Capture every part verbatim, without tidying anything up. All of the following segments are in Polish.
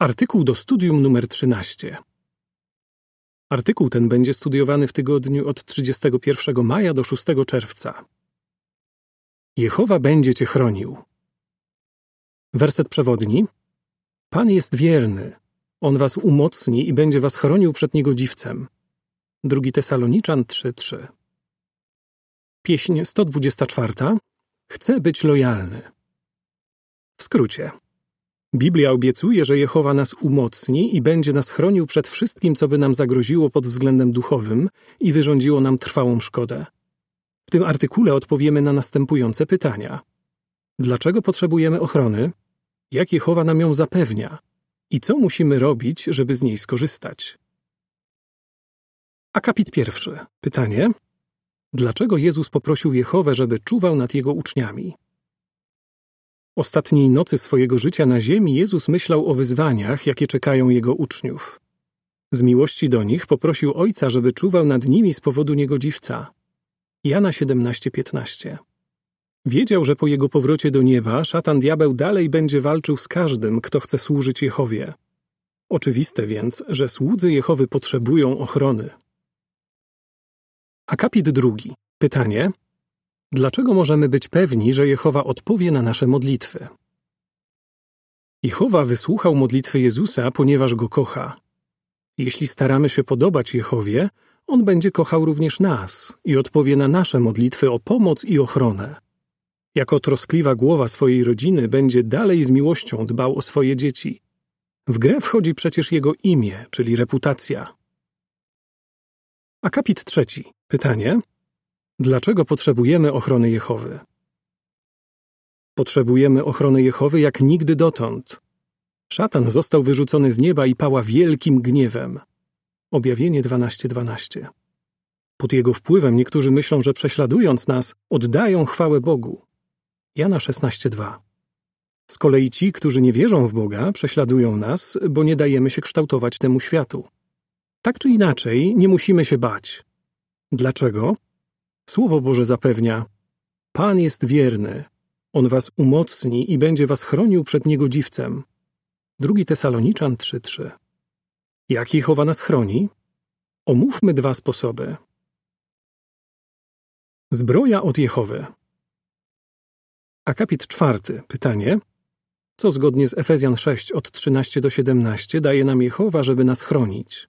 Artykuł do studium numer trzynaście. Artykuł ten będzie studiowany w tygodniu od trzydziestego pierwszego maja do szóstego czerwca. Jehowa będzie cię chronił. Werset przewodni. Pan jest wierny. On was umocni i będzie was chronił przed niegodziwcem. Drugi Tesaloniczan trzy trzy. Pieśń sto dwudziesta czwarta. Chcę być lojalny. W skrócie. Biblia obiecuje, że Jehowa nas umocni i będzie nas chronił przed wszystkim, co by nam zagroziło pod względem duchowym i wyrządziło nam trwałą szkodę. W tym artykule odpowiemy na następujące pytania. Dlaczego potrzebujemy ochrony? Jak Jehowa nam ją zapewnia? I co musimy robić, żeby z niej skorzystać? Akapit pierwszy. Pytanie. Dlaczego Jezus poprosił Jehowę, żeby czuwał nad Jego uczniami? Ostatniej nocy swojego życia na ziemi Jezus myślał o wyzwaniach, jakie czekają Jego uczniów. Z miłości do nich poprosił Ojca, żeby czuwał nad nimi z powodu niegodziwca. Jana siedemnaście piętnaście. Wiedział, że po Jego powrocie do nieba szatan diabeł dalej będzie walczył z każdym, kto chce służyć Jehowie. Oczywiste więc, że słudzy Jehowy potrzebują ochrony. Akapit drugi. Pytanie. Dlaczego możemy być pewni, że Jehowa odpowie na nasze modlitwy? Jehowa wysłuchał modlitwy Jezusa, ponieważ Go kocha. Jeśli staramy się podobać Jehowie, On będzie kochał również nas i odpowie na nasze modlitwy o pomoc i ochronę. Jako troskliwa głowa swojej rodziny będzie dalej z miłością dbał o swoje dzieci. W grę wchodzi przecież Jego imię, czyli reputacja. Akapit trzeci. Pytanie. Dlaczego potrzebujemy ochrony Jehowy? Potrzebujemy ochrony Jehowy jak nigdy dotąd. Szatan został wyrzucony z nieba i pała wielkim gniewem. Objawienie dwanaście dwanaście. Pod jego wpływem niektórzy myślą, że prześladując nas, oddają chwałę Bogu. Jana szesnaście dwa. Z kolei ci, którzy nie wierzą w Boga, prześladują nas, bo nie dajemy się kształtować temu światu. Tak czy inaczej, nie musimy się bać. Dlaczego? Słowo Boże zapewnia: Pan jest wierny. On was umocni i będzie was chronił przed niegodziwcem. Drugi Tesaloniczan trzy trzy. Jak Jehowa nas chroni? Omówmy dwa sposoby. Zbroja od Jehowy. Akapit czwarty. Pytanie. Co zgodnie z Efezjan sześć od trzynaście do siedemnaście daje nam Jehowa, żeby nas chronić?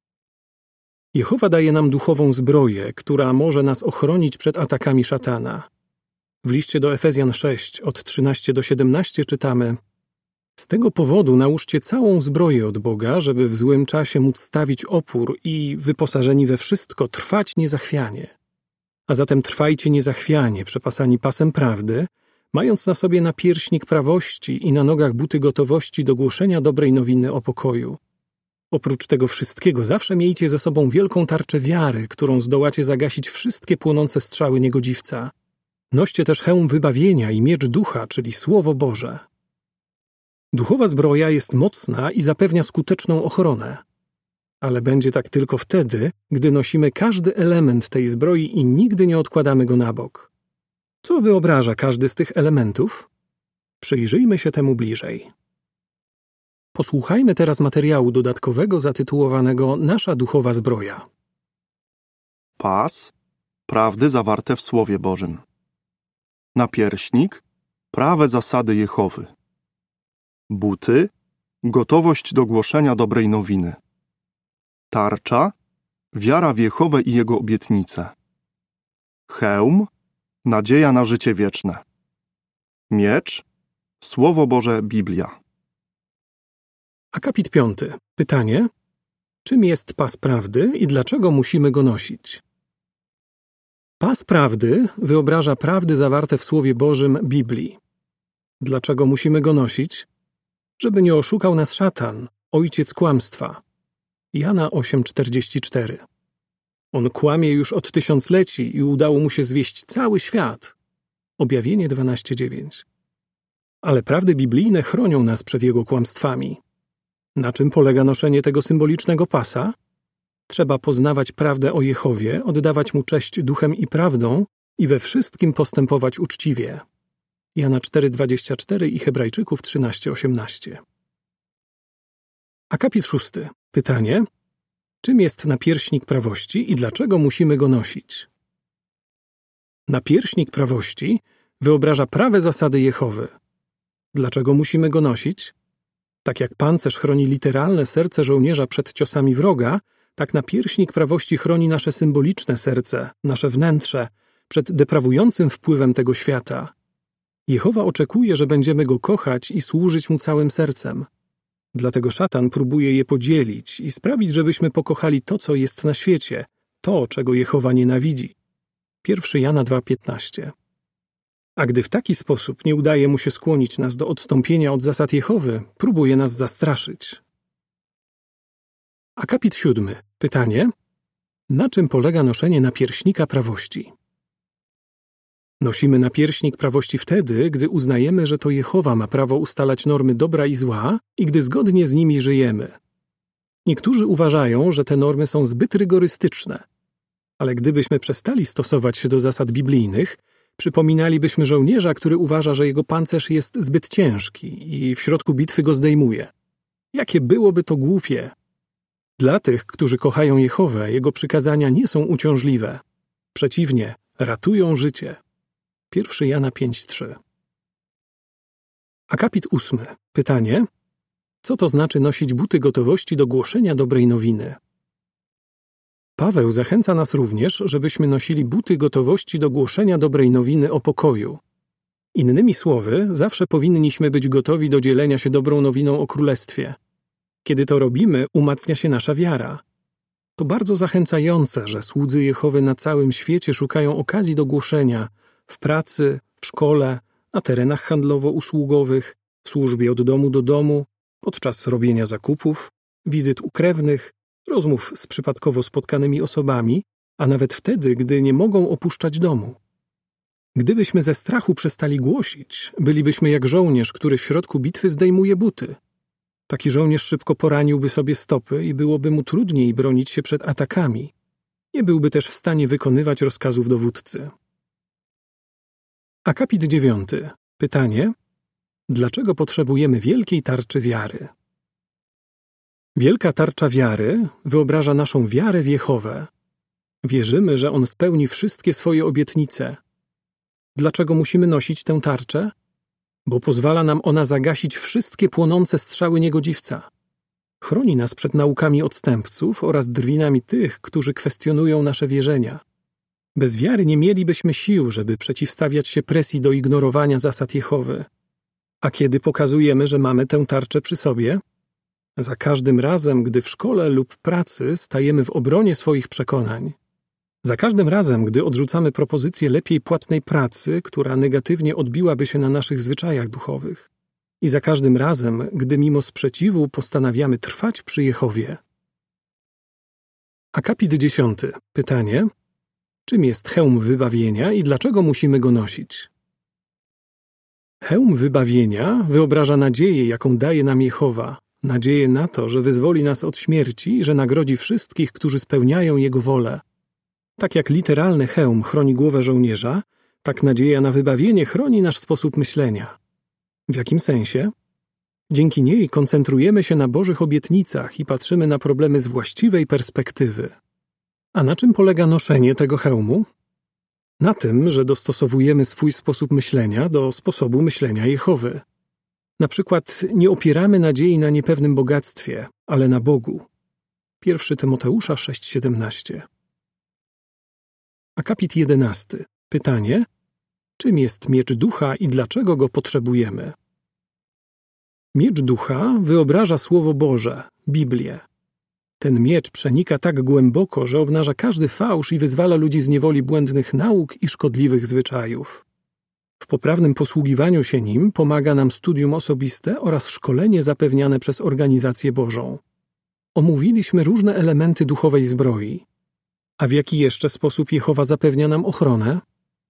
Jehowa daje nam duchową zbroję, która może nas ochronić przed atakami szatana. W liście do Efezjan sześć od trzynaście do siedemnaście czytamy: Z tego powodu nałóżcie całą zbroję od Boga, żeby w złym czasie móc stawić opór i, wyposażeni we wszystko, trwać niezachwianie. A zatem trwajcie niezachwianie, przepasani pasem prawdy, mając na sobie napierśnik prawości i na nogach buty gotowości do głoszenia dobrej nowiny o pokoju. Oprócz tego wszystkiego zawsze miejcie ze sobą wielką tarczę wiary, którą zdołacie zagasić wszystkie płonące strzały niegodziwca. Noście też hełm wybawienia i miecz ducha, czyli Słowo Boże. Duchowa zbroja jest mocna i zapewnia skuteczną ochronę. Ale będzie tak tylko wtedy, gdy nosimy każdy element tej zbroi i nigdy nie odkładamy go na bok. Co wyobraża każdy z tych elementów? Przyjrzyjmy się temu bliżej. Posłuchajmy teraz materiału dodatkowego zatytułowanego Nasza duchowa zbroja. Pas, prawdy zawarte w Słowie Bożym. Napierśnik, prawe zasady Jehowy. Buty, gotowość do głoszenia dobrej nowiny. Tarcza, wiara w Jehowę i Jego obietnice. Hełm, nadzieja na życie wieczne. Miecz, Słowo Boże Biblia. Akapit piąty. Pytanie. Czym jest pas prawdy i dlaczego musimy go nosić? Pas prawdy wyobraża prawdy zawarte w Słowie Bożym Biblii. Dlaczego musimy go nosić? Żeby nie oszukał nas szatan, ojciec kłamstwa. Jana osiem czterdzieści cztery. On kłamie już od tysiącleci i udało mu się zwieść cały świat. Objawienie dwanaście dziewięć. Ale prawdy biblijne chronią nas przed jego kłamstwami. Na czym polega noszenie tego symbolicznego pasa? Trzeba poznawać prawdę o Jehowie, oddawać mu cześć duchem i prawdą i we wszystkim postępować uczciwie. Jana cztery dwadzieścia cztery i Hebrajczyków trzynaście osiemnaście. Akapit szósty. Pytanie: czym jest napierśnik prawości i dlaczego musimy go nosić? Napierśnik prawości wyobraża prawe zasady Jehowy. Dlaczego musimy go nosić? Tak jak pancerz chroni literalne serce żołnierza przed ciosami wroga, tak napierśnik prawości chroni nasze symboliczne serce, nasze wnętrze, przed deprawującym wpływem tego świata. Jehowa oczekuje, że będziemy go kochać i służyć mu całym sercem. Dlatego szatan próbuje je podzielić i sprawić, żebyśmy pokochali to, co jest na świecie, to, czego Jehowa nienawidzi. Pierwszy Jana dwa piętnaście. A gdy w taki sposób nie udaje mu się skłonić nas do odstąpienia od zasad Jehowy, próbuje nas zastraszyć. Akapit siódmy. Pytanie: na czym polega noszenie napierśnika prawości? Nosimy napierśnik prawości wtedy, gdy uznajemy, że to Jehowa ma prawo ustalać normy dobra i zła i gdy zgodnie z nimi żyjemy. Niektórzy uważają, że te normy są zbyt rygorystyczne, ale gdybyśmy przestali stosować się do zasad biblijnych, przypominalibyśmy żołnierza, który uważa, że jego pancerz jest zbyt ciężki i w środku bitwy go zdejmuje. Jakie byłoby to głupie! Dla tych, którzy kochają Jehowę, jego przykazania nie są uciążliwe. Przeciwnie, ratują życie. Pierwszy Jana pięć trzy. Akapit ósmy. Pytanie: co to znaczy nosić buty gotowości do głoszenia dobrej nowiny? Paweł zachęca nas również, żebyśmy nosili buty gotowości do głoszenia dobrej nowiny o pokoju. Innymi słowy, zawsze powinniśmy być gotowi do dzielenia się dobrą nowiną o Królestwie. Kiedy to robimy, umacnia się nasza wiara. To bardzo zachęcające, że słudzy Jehowy na całym świecie szukają okazji do głoszenia w pracy, w szkole, na terenach handlowo-usługowych, w służbie od domu do domu, podczas robienia zakupów, wizyt u krewnych, rozmów z przypadkowo spotkanymi osobami, a nawet wtedy, gdy nie mogą opuszczać domu. Gdybyśmy ze strachu przestali głosić, bylibyśmy jak żołnierz, który w środku bitwy zdejmuje buty. Taki żołnierz szybko poraniłby sobie stopy i byłoby mu trudniej bronić się przed atakami. Nie byłby też w stanie wykonywać rozkazów dowódcy. Akapit dziewiąty. Pytanie: dlaczego potrzebujemy wielkiej tarczy wiary? Wielka tarcza wiary wyobraża naszą wiarę w Jehowę. Wierzymy, że On spełni wszystkie swoje obietnice. Dlaczego musimy nosić tę tarczę? Bo pozwala nam ona zagasić wszystkie płonące strzały niegodziwca. Chroni nas przed naukami odstępców oraz drwinami tych, którzy kwestionują nasze wierzenia. Bez wiary nie mielibyśmy sił, żeby przeciwstawiać się presji do ignorowania zasad Jehowy. A kiedy pokazujemy, że mamy tę tarczę przy sobie? Za każdym razem, gdy w szkole lub pracy stajemy w obronie swoich przekonań. Za każdym razem, gdy odrzucamy propozycję lepiej płatnej pracy, która negatywnie odbiłaby się na naszych zwyczajach duchowych. I za każdym razem, gdy mimo sprzeciwu postanawiamy trwać przy Jehowie. Akapit dziesiąty. Pytanie: czym jest hełm wybawienia i dlaczego musimy go nosić? Hełm wybawienia wyobraża nadzieję, jaką daje nam Jehowa. Nadzieję na to, że wyzwoli nas od śmierci i że nagrodzi wszystkich, którzy spełniają Jego wolę. Tak jak literalny hełm chroni głowę żołnierza, tak nadzieja na wybawienie chroni nasz sposób myślenia. W jakim sensie? Dzięki niej koncentrujemy się na Bożych obietnicach i patrzymy na problemy z właściwej perspektywy. A na czym polega noszenie tego hełmu? Na tym, że dostosowujemy swój sposób myślenia do sposobu myślenia Jehowy. Na przykład nie opieramy nadziei na niepewnym bogactwie, ale na Bogu. Pierwszy Tymoteusza sześć siedemnaście. Akapit jedenasty. Pytanie: czym jest miecz ducha i dlaczego go potrzebujemy? Miecz ducha wyobraża Słowo Boże, Biblię. Ten miecz przenika tak głęboko, że obnaża każdy fałsz i wyzwala ludzi z niewoli błędnych nauk i szkodliwych zwyczajów. W poprawnym posługiwaniu się nim pomaga nam studium osobiste oraz szkolenie zapewniane przez organizację Bożą. Omówiliśmy różne elementy duchowej zbroi. A w jaki jeszcze sposób Jehowa zapewnia nam ochronę?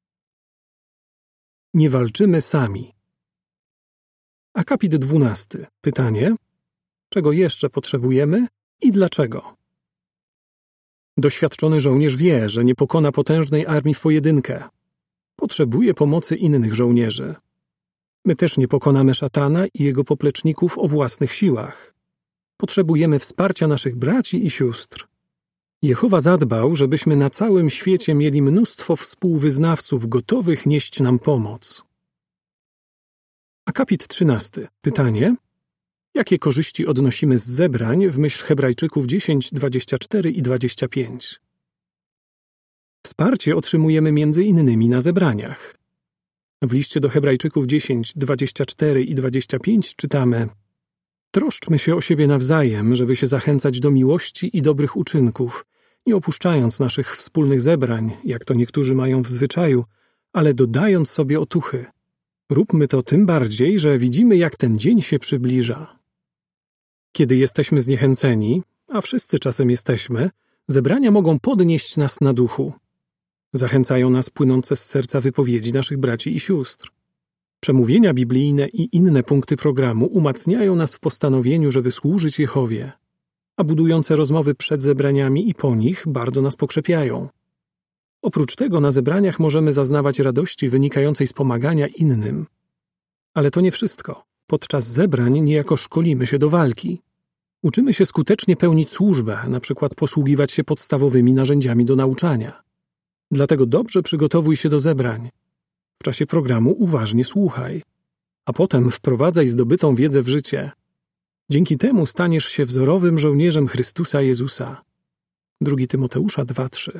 Nie walczymy sami. Akapit dwunasty. Pytanie: czego jeszcze potrzebujemy i dlaczego? Doświadczony żołnierz wie, że nie pokona potężnej armii w pojedynkę. Potrzebuje pomocy innych żołnierzy. My też nie pokonamy szatana i jego popleczników o własnych siłach. Potrzebujemy wsparcia naszych braci i sióstr. Jehowa zadbał, żebyśmy na całym świecie mieli mnóstwo współwyznawców gotowych nieść nam pomoc. Akapit trzynasty. Pytanie: jakie korzyści odnosimy z zebrań w myśl Hebrajczyków dziesięć, dwadzieścia cztery i dwadzieścia pięć? Wsparcie otrzymujemy między innymi na zebraniach. W liście do Hebrajczyków dziesięć, dwadzieścia cztery i dwadzieścia pięć czytamy: troszczmy się o siebie nawzajem, żeby się zachęcać do miłości i dobrych uczynków, nie opuszczając naszych wspólnych zebrań, jak to niektórzy mają w zwyczaju, ale dodając sobie otuchy. Róbmy to tym bardziej, że widzimy, jak ten dzień się przybliża. Kiedy jesteśmy zniechęceni, a wszyscy czasem jesteśmy, zebrania mogą podnieść nas na duchu. Zachęcają nas płynące z serca wypowiedzi naszych braci i sióstr. Przemówienia biblijne i inne punkty programu umacniają nas w postanowieniu, żeby służyć Jehowie, a budujące rozmowy przed zebraniami i po nich bardzo nas pokrzepiają. Oprócz tego na zebraniach możemy zaznawać radości wynikającej z pomagania innym. Ale to nie wszystko. Podczas zebrań niejako szkolimy się do walki. Uczymy się skutecznie pełnić służbę, na przykład posługiwać się podstawowymi narzędziami do nauczania. Dlatego dobrze przygotowuj się do zebrań. W czasie programu uważnie słuchaj, a potem wprowadzaj zdobytą wiedzę w życie. Dzięki temu staniesz się wzorowym żołnierzem Chrystusa Jezusa. Drugi Tymoteusza dwa, trzy.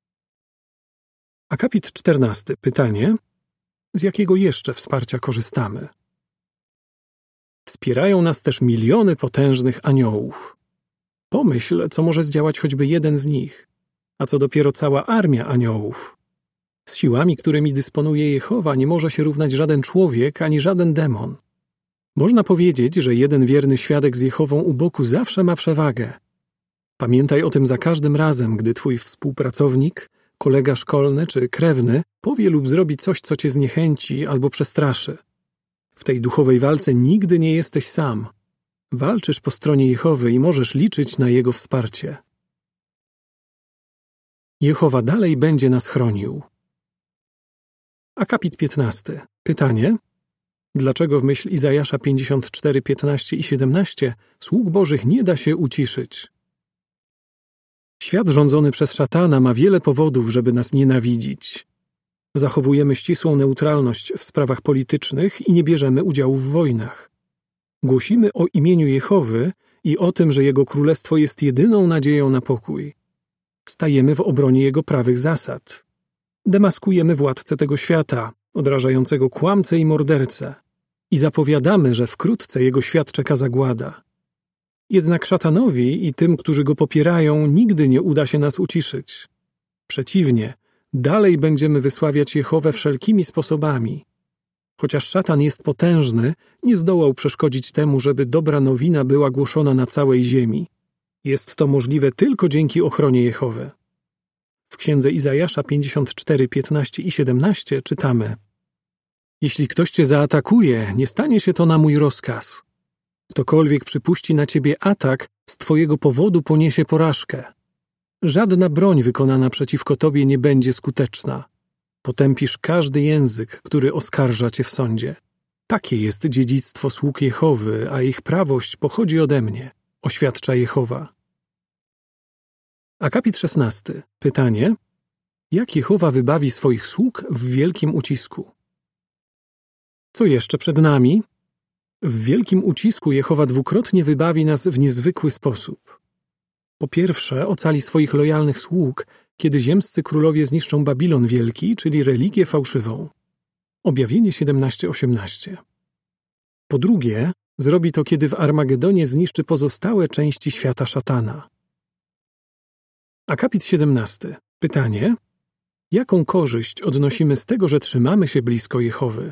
Akapit czternasty. Pytanie: z jakiego jeszcze wsparcia korzystamy? Wspierają nas też miliony potężnych aniołów. Pomyśl, co może zdziałać choćby jeden z nich, a co dopiero cała armia aniołów. Z siłami, którymi dysponuje Jehowa, nie może się równać żaden człowiek ani żaden demon. Można powiedzieć, że jeden wierny świadek z Jehową u boku zawsze ma przewagę. Pamiętaj o tym za każdym razem, gdy twój współpracownik, kolega szkolny czy krewny powie lub zrobi coś, co cię zniechęci albo przestraszy. W tej duchowej walce nigdy nie jesteś sam. Walczysz po stronie Jehowy i możesz liczyć na Jego wsparcie. Jehowa dalej będzie nas chronił. Akapit piętnasty. Pytanie: dlaczego w myśl Izajasza pięćdziesiąt cztery, piętnaście i siedemnaście sług Bożych nie da się uciszyć? Świat rządzony przez szatana ma wiele powodów, żeby nas nienawidzić. Zachowujemy ścisłą neutralność w sprawach politycznych i nie bierzemy udziału w wojnach. Głosimy o imieniu Jehowy i o tym, że Jego królestwo jest jedyną nadzieją na pokój. Stajemy w obronie Jego prawych zasad. Demaskujemy władcę tego świata, odrażającego kłamcę i mordercę, i zapowiadamy, że wkrótce Jego świat czeka zagłada. Jednak szatanowi i tym, którzy go popierają, nigdy nie uda się nas uciszyć. Przeciwnie, dalej będziemy wysławiać Jehowę wszelkimi sposobami. Chociaż szatan jest potężny, nie zdołał przeszkodzić temu, żeby dobra nowina była głoszona na całej ziemi. Jest to możliwe tylko dzięki ochronie Jehowy. W księdze Izajasza pięćdziesiąt cztery, piętnaście i siedemnaście czytamy: jeśli ktoś cię zaatakuje, nie stanie się to na mój rozkaz. Ktokolwiek przypuści na ciebie atak, z twojego powodu poniesie porażkę. Żadna broń wykonana przeciwko tobie nie będzie skuteczna. Potępisz każdy język, który oskarża cię w sądzie. Takie jest dziedzictwo sług Jehowy, a ich prawość pochodzi ode mnie, oświadcza Jehowa. Akapit szesnasty. Pytanie: jak Jehowa wybawi swoich sług w wielkim ucisku? Co jeszcze przed nami? W wielkim ucisku Jehowa dwukrotnie wybawi nas w niezwykły sposób. Po pierwsze, ocali swoich lojalnych sług, kiedy ziemscy królowie zniszczą Babilon Wielki, czyli religię fałszywą. Objawienie siedemnaście, osiemnaście. Po drugie, zrobi to, kiedy w Armagedonie zniszczy pozostałe części świata szatana. Akapit siedemnasty. Pytanie: jaką korzyść odnosimy z tego, że trzymamy się blisko Jehowy?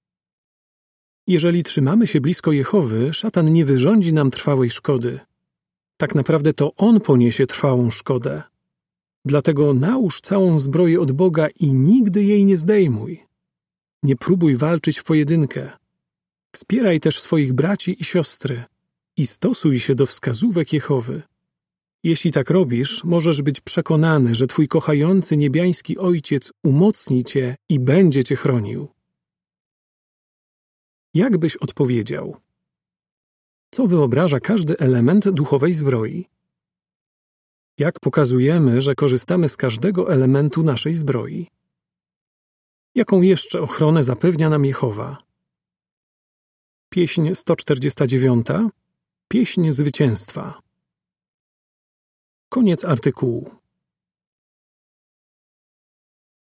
Jeżeli trzymamy się blisko Jehowy, szatan nie wyrządzi nam trwałej szkody. Tak naprawdę to on poniesie trwałą szkodę. Dlatego nałóż całą zbroję od Boga i nigdy jej nie zdejmuj. Nie próbuj walczyć w pojedynkę. Wspieraj też swoich braci i siostry i stosuj się do wskazówek Jehowy. Jeśli tak robisz, możesz być przekonany, że twój kochający niebiański Ojciec umocni cię i będzie cię chronił. Jak byś odpowiedział? Co wyobraża każdy element duchowej zbroi? Jak pokazujemy, że korzystamy z każdego elementu naszej zbroi? Jaką jeszcze ochronę zapewnia nam Jehowa? Pieśń sto czterdziesta dziewiąta. Pieśń zwycięstwa. Koniec artykułu.